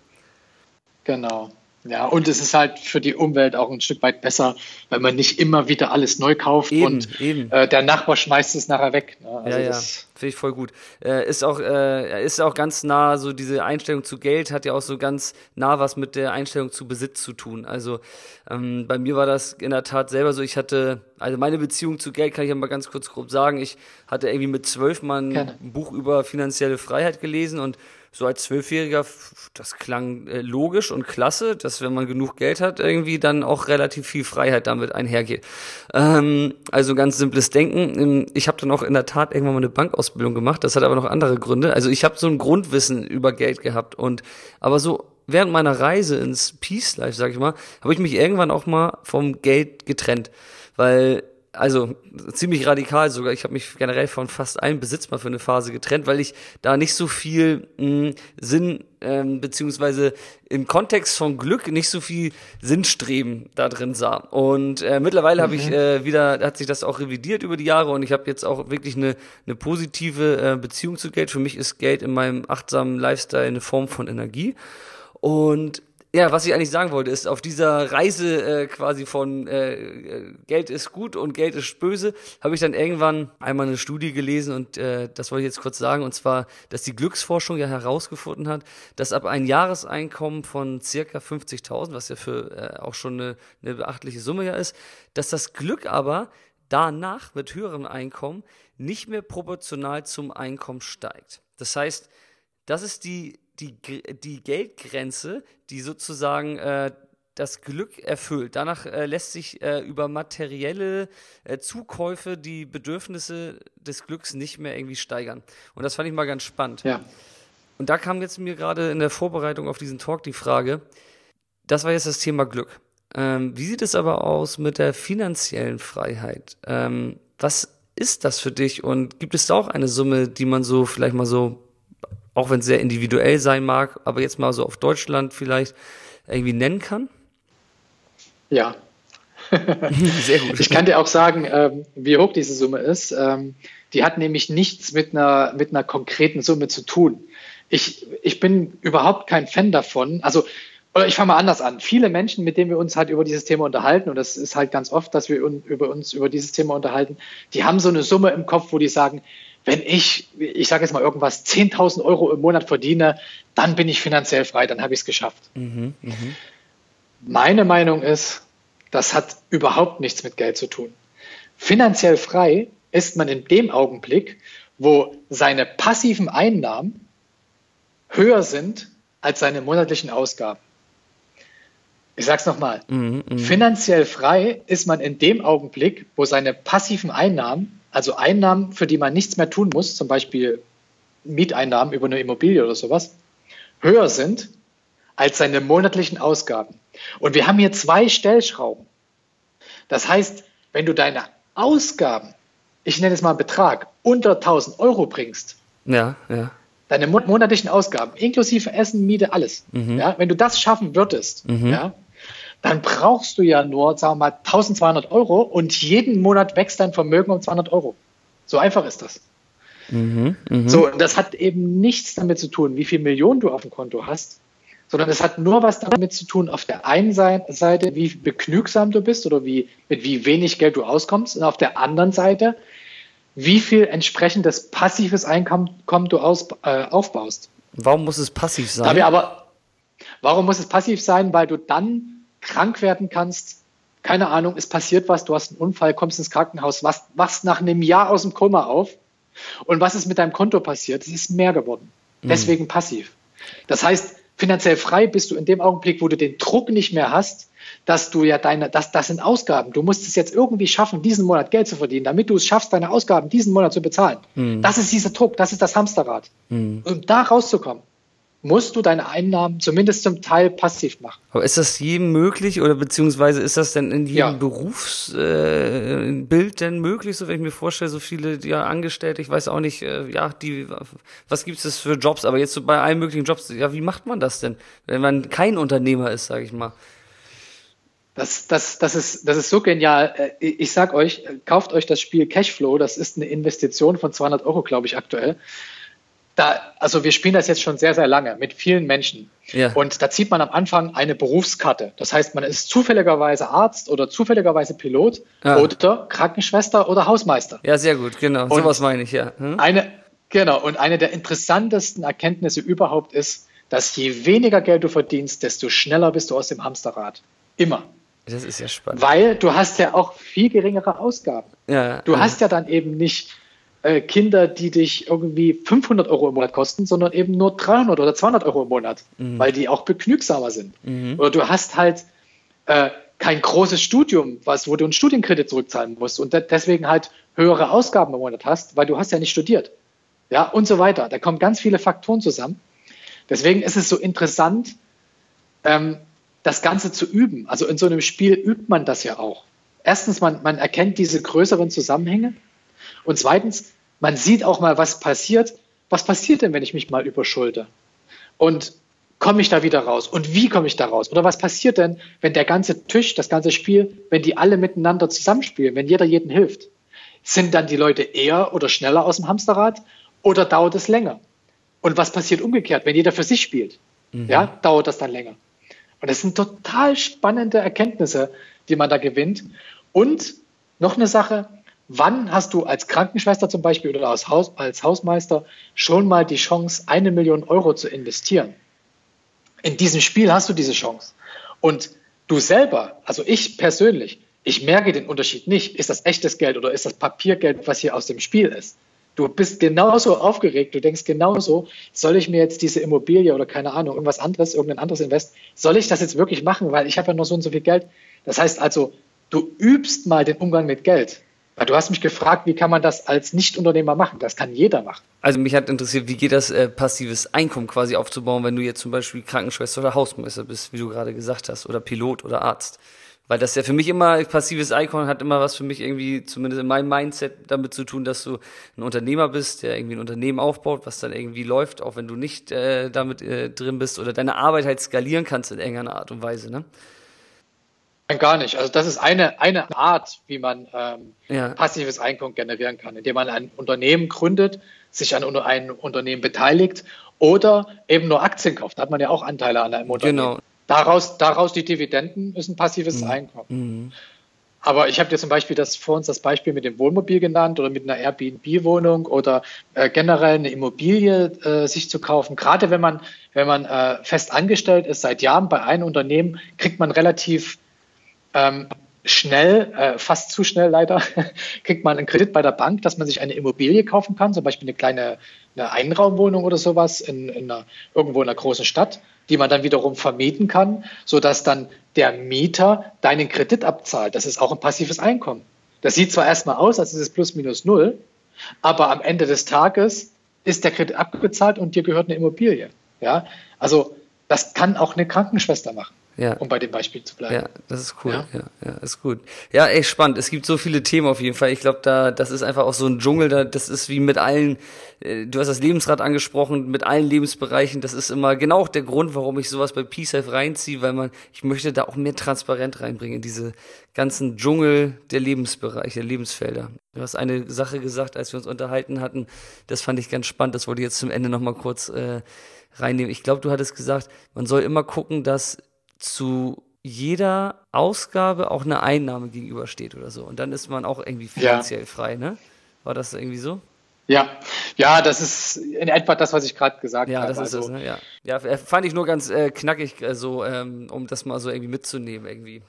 Genau. Ja, und es ist halt für die Umwelt auch ein Stück weit besser, weil man nicht immer wieder alles neu kauft und der Nachbar schmeißt es nachher weg. Ne? Also das finde ich voll gut. Ist auch ganz nah, so diese Einstellung zu Geld hat ja auch so ganz nah was mit der Einstellung zu Besitz zu tun. Also bei mir war das in der Tat selber so, also meine Beziehung zu Geld kann ich ja mal ganz kurz grob sagen. Ich hatte irgendwie mit 12 mal ein Buch über finanzielle Freiheit gelesen und so als 12-Jähriger, das klang logisch und klasse, dass wenn man genug Geld hat, irgendwie dann auch relativ viel Freiheit damit einhergeht. Also ganz simples Denken. Ich habe dann auch in der Tat irgendwann mal eine Bankausbildung gemacht, das hat aber noch andere Gründe. Also ich habe so ein Grundwissen über Geld gehabt aber so während meiner Reise ins Peace Life, sag ich mal, habe ich mich irgendwann auch mal vom Geld getrennt, weil also ziemlich radikal sogar. Ich habe mich generell von fast allem Besitz mal für eine Phase getrennt, weil ich da nicht so viel Sinn, beziehungsweise im Kontext von Glück nicht so viel Sinnstreben da drin sah. Und mittlerweile habe ich hat sich das auch revidiert über die Jahre und ich habe jetzt auch wirklich eine positive Beziehung zu Geld. Für mich ist Geld in meinem achtsamen Lifestyle eine Form von Energie. Und ja, was ich eigentlich sagen wollte, ist, auf dieser Reise quasi von Geld ist gut und Geld ist böse, habe ich dann irgendwann einmal eine Studie gelesen und das wollte ich jetzt kurz sagen, und zwar, dass die Glücksforschung ja herausgefunden hat, dass ab einem Jahreseinkommen von circa 50.000, was ja für auch schon eine beachtliche Summe ja ist, dass das Glück aber danach mit höherem Einkommen nicht mehr proportional zum Einkommen steigt. Das heißt, das ist die Geldgrenze, die sozusagen das Glück erfüllt. Danach lässt sich über materielle Zukäufe die Bedürfnisse des Glücks nicht mehr irgendwie steigern. Und das fand ich mal ganz spannend. Ja. Und da kam jetzt mir gerade in der Vorbereitung auf diesen Talk die Frage, das war jetzt das Thema Glück. Wie sieht es aber aus mit der finanziellen Freiheit? Was ist das für dich? Und gibt es da auch eine Summe, die man so vielleicht mal so, auch wenn es sehr individuell sein mag, aber jetzt mal so auf Deutschland vielleicht irgendwie nennen kann? Ja. Sehr gut. Ich kann dir auch sagen, wie hoch diese Summe ist. Die hat nämlich nichts mit einer konkreten Summe zu tun. Ich bin überhaupt kein Fan davon. Also, oder ich fange mal anders an. Viele Menschen, mit denen wir uns halt über dieses Thema unterhalten, und das ist halt ganz oft, dass wir uns über dieses Thema unterhalten, die haben so eine Summe im Kopf, wo die sagen, wenn ich sage jetzt mal irgendwas, 10.000 Euro im Monat verdiene, dann bin ich finanziell frei, dann habe ich es geschafft. Meine Meinung ist, das hat überhaupt nichts mit Geld zu tun. Finanziell frei ist man in dem Augenblick, wo seine passiven Einnahmen höher sind als seine monatlichen Ausgaben. Ich sage es nochmal. Finanziell frei ist man in dem Augenblick, wo seine passiven Einnahmen, also Einnahmen, für die man nichts mehr tun muss, zum Beispiel Mieteinnahmen über eine Immobilie oder sowas, höher sind als seine monatlichen Ausgaben. Und wir haben hier 2 Stellschrauben. Das heißt, wenn du deine Ausgaben, ich nenne es mal einen Betrag, unter 1.000 Euro bringst, deine monatlichen Ausgaben, inklusive Essen, Miete, alles, ja, wenn du das schaffen würdest, ja, dann brauchst du ja nur, sagen wir mal, 1.200 Euro und jeden Monat wächst dein Vermögen um 200 Euro. So einfach ist das. So, und das hat eben nichts damit zu tun, wie viel Millionen du auf dem Konto hast, sondern es hat nur was damit zu tun, auf der einen Seite, wie begnügsam du bist oder mit wie wenig Geld du auskommst, und auf der anderen Seite, wie viel entsprechendes passives Einkommen du aufbaust. Warum muss es passiv sein? Warum muss es passiv sein? Weil du dann krank werden kannst, keine Ahnung, es passiert was, du hast einen Unfall, kommst ins Krankenhaus, wachst nach einem Jahr aus dem Koma auf, und was ist mit deinem Konto passiert? Es ist mehr geworden. Deswegen passiv. Das heißt, finanziell frei bist du in dem Augenblick, wo du den Druck nicht mehr hast, dass du ja das sind Ausgaben. Du musst es jetzt irgendwie schaffen, diesen Monat Geld zu verdienen, damit du es schaffst, deine Ausgaben diesen Monat zu bezahlen. Das ist dieser Druck, das ist das Hamsterrad. Um da rauszukommen, musst du deine Einnahmen zumindest zum Teil passiv machen. Aber ist das jedem möglich oder beziehungsweise ist das denn in jedem Berufsbild denn möglich? So, wenn ich mir vorstelle, so viele Angestellte, ich weiß auch nicht, was gibt es für Jobs, aber jetzt so bei allen möglichen Jobs, wie macht man das denn, wenn man kein Unternehmer ist, sage ich mal? Das ist so genial. Ich sag euch, kauft euch das Spiel Cashflow, das ist eine Investition von 200 Euro, glaube ich, aktuell. Also wir spielen das jetzt schon sehr, sehr lange mit vielen Menschen. Ja. Und da zieht man am Anfang eine Berufskarte. Das heißt, man ist zufälligerweise Arzt oder zufälligerweise Pilot oder Krankenschwester oder Hausmeister. Ja, sehr gut, genau. Sowas meine ich, ja. Und eine der interessantesten Erkenntnisse überhaupt ist, dass je weniger Geld du verdienst, desto schneller bist du aus dem Hamsterrad. Immer. Das ist ja spannend. Weil du hast ja auch viel geringere Ausgaben. Ja, du hast ja dann eben nicht Kinder, die dich irgendwie 500 Euro im Monat kosten, sondern eben nur 300 oder 200 Euro im Monat, weil die auch begnügsamer sind. Oder du hast halt kein großes Studium, wo du einen Studienkredit zurückzahlen musst und deswegen halt höhere Ausgaben im Monat hast, weil du hast ja nicht studiert. Ja, und so weiter. Da kommen ganz viele Faktoren zusammen. Deswegen ist es so interessant, das Ganze zu üben. Also in so einem Spiel übt man das ja auch. Erstens, man erkennt diese größeren Zusammenhänge. Und zweitens, man sieht auch mal, was passiert. Was passiert denn, wenn ich mich mal überschulde? Und komme ich da wieder raus? Und wie komme ich da raus? Oder was passiert denn, wenn der ganze Tisch, das ganze Spiel, wenn die alle miteinander zusammenspielen, wenn jeder jedem hilft? Sind dann die Leute eher oder schneller aus dem Hamsterrad oder dauert es länger? Und was passiert umgekehrt, wenn jeder für sich spielt? Ja, dauert das dann länger? Und das sind total spannende Erkenntnisse, die man da gewinnt. Und noch eine Sache, wann hast du als Krankenschwester zum Beispiel oder als Hausmeister schon mal die Chance, 1 Million Euro zu investieren? In diesem Spiel hast du diese Chance. Und du selber, also ich persönlich, ich merke den Unterschied nicht. Ist das echtes Geld oder ist das Papiergeld, was hier aus dem Spiel ist? Du bist genauso aufgeregt, du denkst genauso, soll ich mir jetzt diese Immobilie oder keine Ahnung, irgendein anderes Invest, soll ich das jetzt wirklich machen, weil ich habe ja nur so und so viel Geld. Das heißt also, du übst mal den Umgang mit Geld. Weil du hast mich gefragt, wie kann man das als Nichtunternehmer machen? Das kann jeder machen. Also mich hat interessiert, wie geht das, passives Einkommen quasi aufzubauen, wenn du jetzt zum Beispiel Krankenschwester oder Hausmeister bist, wie du gerade gesagt hast, oder Pilot oder Arzt. Weil das ja für mich immer, passives Einkommen hat immer was für mich irgendwie, zumindest in meinem Mindset, damit zu tun, dass du ein Unternehmer bist, der irgendwie ein Unternehmen aufbaut, was dann irgendwie läuft, auch wenn du nicht damit drin bist oder deine Arbeit halt skalieren kannst in irgendeiner Art und Weise, ne? Gar nicht. Also das ist eine Art, wie man passives Einkommen generieren kann, indem man ein Unternehmen gründet, sich an einem Unternehmen beteiligt oder eben nur Aktien kauft. Da hat man ja auch Anteile an einem Unternehmen. Genau. Daraus die Dividenden ist ein passives Einkommen. Aber ich habe dir zum Beispiel vor uns das Beispiel mit dem Wohnmobil genannt oder mit einer Airbnb-Wohnung oder generell eine Immobilie sich zu kaufen. Gerade wenn man fest angestellt ist seit Jahren bei einem Unternehmen, kriegt man relativ schnell, fast zu schnell leider, kriegt man einen Kredit bei der Bank, dass man sich eine Immobilie kaufen kann, zum Beispiel eine Einraumwohnung oder sowas irgendwo in einer großen Stadt, die man dann wiederum vermieten kann, sodass dann der Mieter deinen Kredit abzahlt. Das ist auch ein passives Einkommen. Das sieht zwar erstmal aus, als ist es plus minus null, aber am Ende des Tages ist der Kredit abbezahlt und dir gehört eine Immobilie. Ja? Also Das kann auch eine Krankenschwester machen, Ja. um bei dem Beispiel zu bleiben. Ja, das ist cool. Ja. Ja, ist gut. Ja, echt spannend. Es gibt so viele Themen auf jeden Fall. Ich glaube, das ist einfach auch so ein Dschungel. Das ist wie mit allen, du hast das Lebensrad angesprochen, mit allen Lebensbereichen. Das ist immer genau auch der Grund, warum ich sowas bei Peace Life reinziehe, weil ich möchte da auch mehr Transparenz reinbringen in diese ganzen Dschungel der Lebensbereiche, der Lebensfelder. Du hast eine Sache gesagt, als wir uns unterhalten hatten, das fand ich ganz spannend. Das wollte ich jetzt zum Ende nochmal kurz reinnehmen. Ich glaube, du hattest gesagt, man soll immer gucken, dass zu jeder Ausgabe auch eine Einnahme gegenübersteht oder so. Und dann ist man auch irgendwie finanziell frei, ne? War das irgendwie so? Ja, das ist in etwa das, was ich gerade gesagt habe. Ja, das ist das, ne? Ja, fand ich nur ganz knackig, so, um das mal so irgendwie mitzunehmen, irgendwie.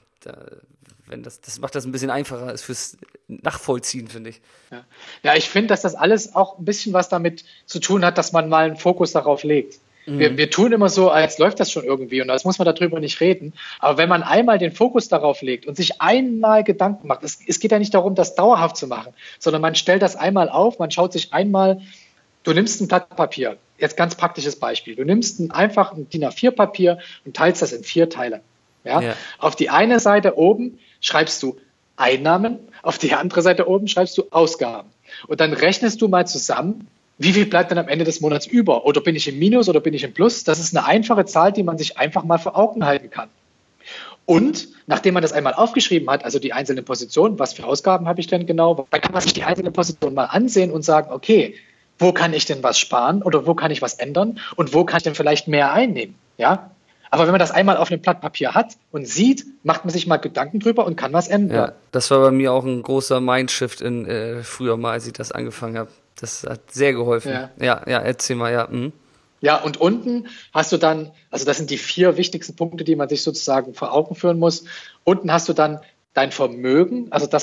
Das macht das ein bisschen einfacher, ist fürs Nachvollziehen, finde ich. Ja, ich finde, dass das alles auch ein bisschen was damit zu tun hat, dass man mal einen Fokus darauf legt. Wir tun immer so, als läuft das schon irgendwie und als muss man darüber nicht reden. Aber wenn man einmal den Fokus darauf legt und sich einmal Gedanken macht, es geht ja nicht darum, das dauerhaft zu machen, sondern man stellt das einmal auf, man schaut sich einmal, du nimmst ein Blatt Papier, jetzt ganz praktisches Beispiel, du nimmst einfach ein DIN A4-Papier und teilst das in 4 Teile. Ja? Auf die eine Seite oben schreibst du Einnahmen, auf die andere Seite oben schreibst du Ausgaben. Und dann rechnest du mal zusammen, wie viel bleibt dann am Ende des Monats über? Oder bin ich im Minus oder bin ich im Plus? Das ist eine einfache Zahl, die man sich einfach mal vor Augen halten kann. Und nachdem man das einmal aufgeschrieben hat, also die einzelnen Positionen, was für Ausgaben habe ich denn genau, dann kann man sich die einzelnen Positionen mal ansehen und sagen, okay, wo kann ich denn was sparen oder wo kann ich was ändern und wo kann ich denn vielleicht mehr einnehmen? Ja? Aber wenn man das einmal auf einem Blatt Papier hat und sieht, macht man sich mal Gedanken drüber und kann was ändern. Ja, das war bei mir auch ein großer Mindshift früher mal, als ich das angefangen habe. Das hat sehr geholfen. Ja, erzähl mal, ja. Ja, und unten hast du dann, also das sind die 4 wichtigsten Punkte, die man sich sozusagen vor Augen führen muss. Unten hast du dann dein Vermögen, also das,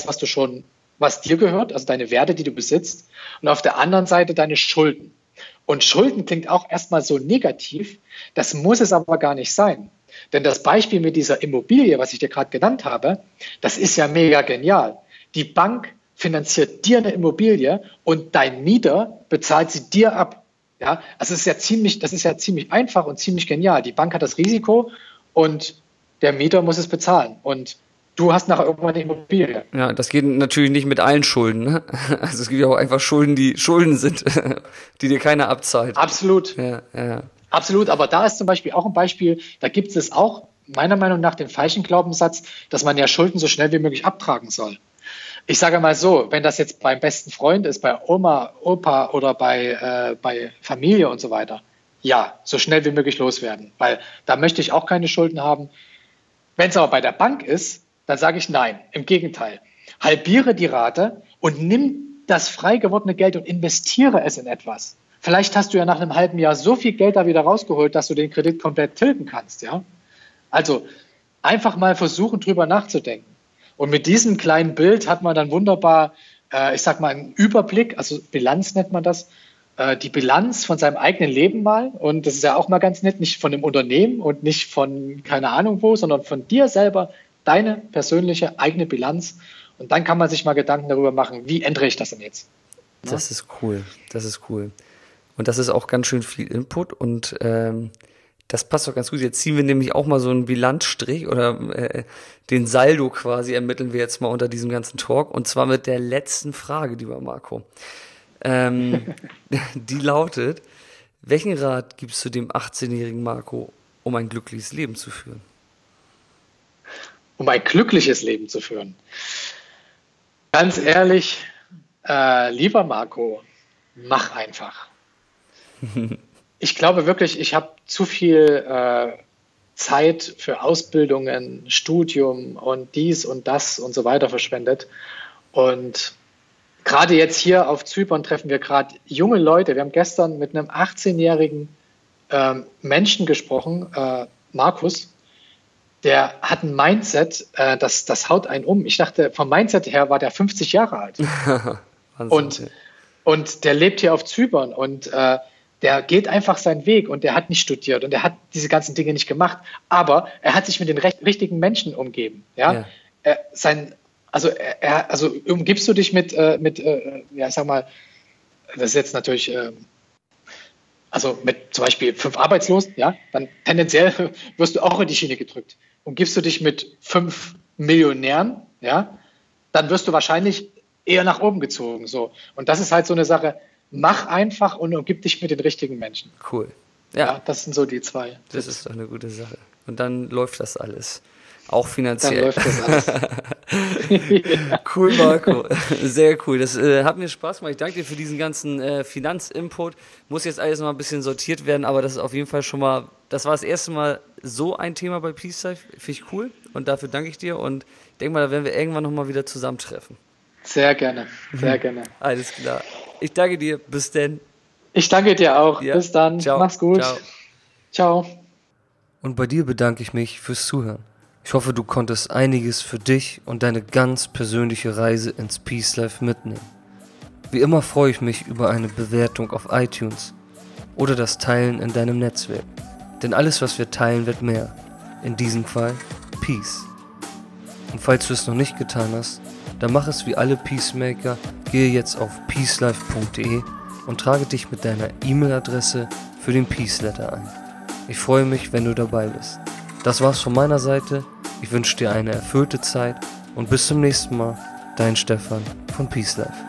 was dir gehört, also deine Werte, die du besitzt. Und auf der anderen Seite deine Schulden. Und Schulden klingt auch erstmal so negativ, das muss es aber gar nicht sein. Denn das Beispiel mit dieser Immobilie, was ich dir gerade genannt habe, das ist ja mega genial. Die Bank finanziert dir eine Immobilie und dein Mieter bezahlt sie dir ab. Ja, also das ist ja ziemlich einfach und ziemlich genial. Die Bank hat das Risiko und der Mieter muss es bezahlen. Und du hast nachher irgendwann eine Immobilie. Ja, das geht natürlich nicht mit allen Schulden. Ne? Also es gibt ja auch einfach Schulden, die Schulden sind, die dir keiner abzahlt. Absolut. Ja. Absolut, aber da ist zum Beispiel auch ein Beispiel, da gibt es auch meiner Meinung nach den falschen Glaubenssatz, dass man ja Schulden so schnell wie möglich abtragen soll. Ich sage mal so, wenn das jetzt beim besten Freund ist, bei Oma, Opa oder bei Familie und so weiter, ja, so schnell wie möglich loswerden, weil da möchte ich auch keine Schulden haben. Wenn es aber bei der Bank ist, dann sage ich nein, im Gegenteil. Halbiere die Rate und nimm das frei gewordene Geld und investiere es in etwas. Vielleicht hast du ja nach einem halben Jahr so viel Geld da wieder rausgeholt, dass du den Kredit komplett tilgen kannst. Ja? Also einfach mal versuchen, drüber nachzudenken. Und mit diesem kleinen Bild hat man dann wunderbar, ich sag mal, einen Überblick, also Bilanz nennt man das, die Bilanz von seinem eigenen Leben mal. Und das ist ja auch mal ganz nett, nicht von dem Unternehmen und nicht von keine Ahnung wo, sondern von dir selber, deine persönliche eigene Bilanz. Und dann kann man sich mal Gedanken darüber machen, wie ändere ich das denn jetzt? Ja? Das ist cool. Und das ist auch ganz schön viel Input und das passt doch ganz gut. Jetzt ziehen wir nämlich auch mal so einen Bilanzstrich oder den Saldo quasi ermitteln wir jetzt mal unter diesem ganzen Talk. Und zwar mit der letzten Frage, lieber Marco. Die lautet, welchen Rat gibst du dem 18-jährigen Marco, um ein glückliches Leben zu führen? Um ein glückliches Leben zu führen? Ganz ehrlich, lieber Marco, mach einfach. Ich glaube wirklich, ich habe zu viel Zeit für Ausbildungen, Studium und dies und das und so weiter verschwendet. Und gerade jetzt hier auf Zypern treffen wir gerade junge Leute. Wir haben gestern mit einem 18-jährigen Menschen gesprochen, Markus. Der hat ein Mindset, das haut einen um. Ich dachte, vom Mindset her war der 50 Jahre alt. Und der lebt hier auf Zypern und der geht einfach seinen Weg und der hat nicht studiert und der hat diese ganzen Dinge nicht gemacht, aber er hat sich mit den richtigen Menschen umgeben. Ja? Also umgibst du dich mit, sag mal, das ist jetzt natürlich, also mit zum Beispiel 5 Arbeitslosen, ja, dann tendenziell wirst du auch in die Schiene gedrückt. Und gibst du dich mit 5 Millionären, ja, dann wirst du wahrscheinlich eher nach oben gezogen. So. Und das ist halt so eine Sache, mach einfach und umgib dich mit den richtigen Menschen. Cool. Ja, das sind so die 2. Das ist doch eine gute Sache. Und dann läuft das alles. Auch finanziell. Dann läuft das alles. Ja. Cool, Marco. Sehr cool. Das hat mir Spaß gemacht. Ich danke dir für diesen ganzen Finanzinput. Muss jetzt alles noch ein bisschen sortiert werden, aber das ist auf jeden Fall schon mal, das war das erste Mal so ein Thema bei Peace Life. Finde ich cool und dafür danke ich dir und ich denke mal, da werden wir irgendwann nochmal wieder zusammentreffen. Sehr gerne, sehr gerne. Alles klar. Ich danke dir. Bis denn. Ich danke dir auch. Ja. Bis dann. Ciao. Mach's gut. Ciao. Und bei dir bedanke ich mich fürs Zuhören. Ich hoffe, du konntest einiges für dich und deine ganz persönliche Reise ins Peace Life mitnehmen. Wie immer freue ich mich über eine Bewertung auf iTunes oder das Teilen in deinem Netzwerk. Denn alles, was wir teilen, wird mehr. In diesem Fall Peace. Und falls du es noch nicht getan hast, dann mach es wie alle Peacemaker, gehe jetzt auf peacelife.de und trage dich mit deiner E-Mail-Adresse für den Peace Letter ein. Ich freue mich, wenn du dabei bist. Das war's von meiner Seite. Ich wünsche dir eine erfüllte Zeit und bis zum nächsten Mal. Dein Stefan von Peace Life.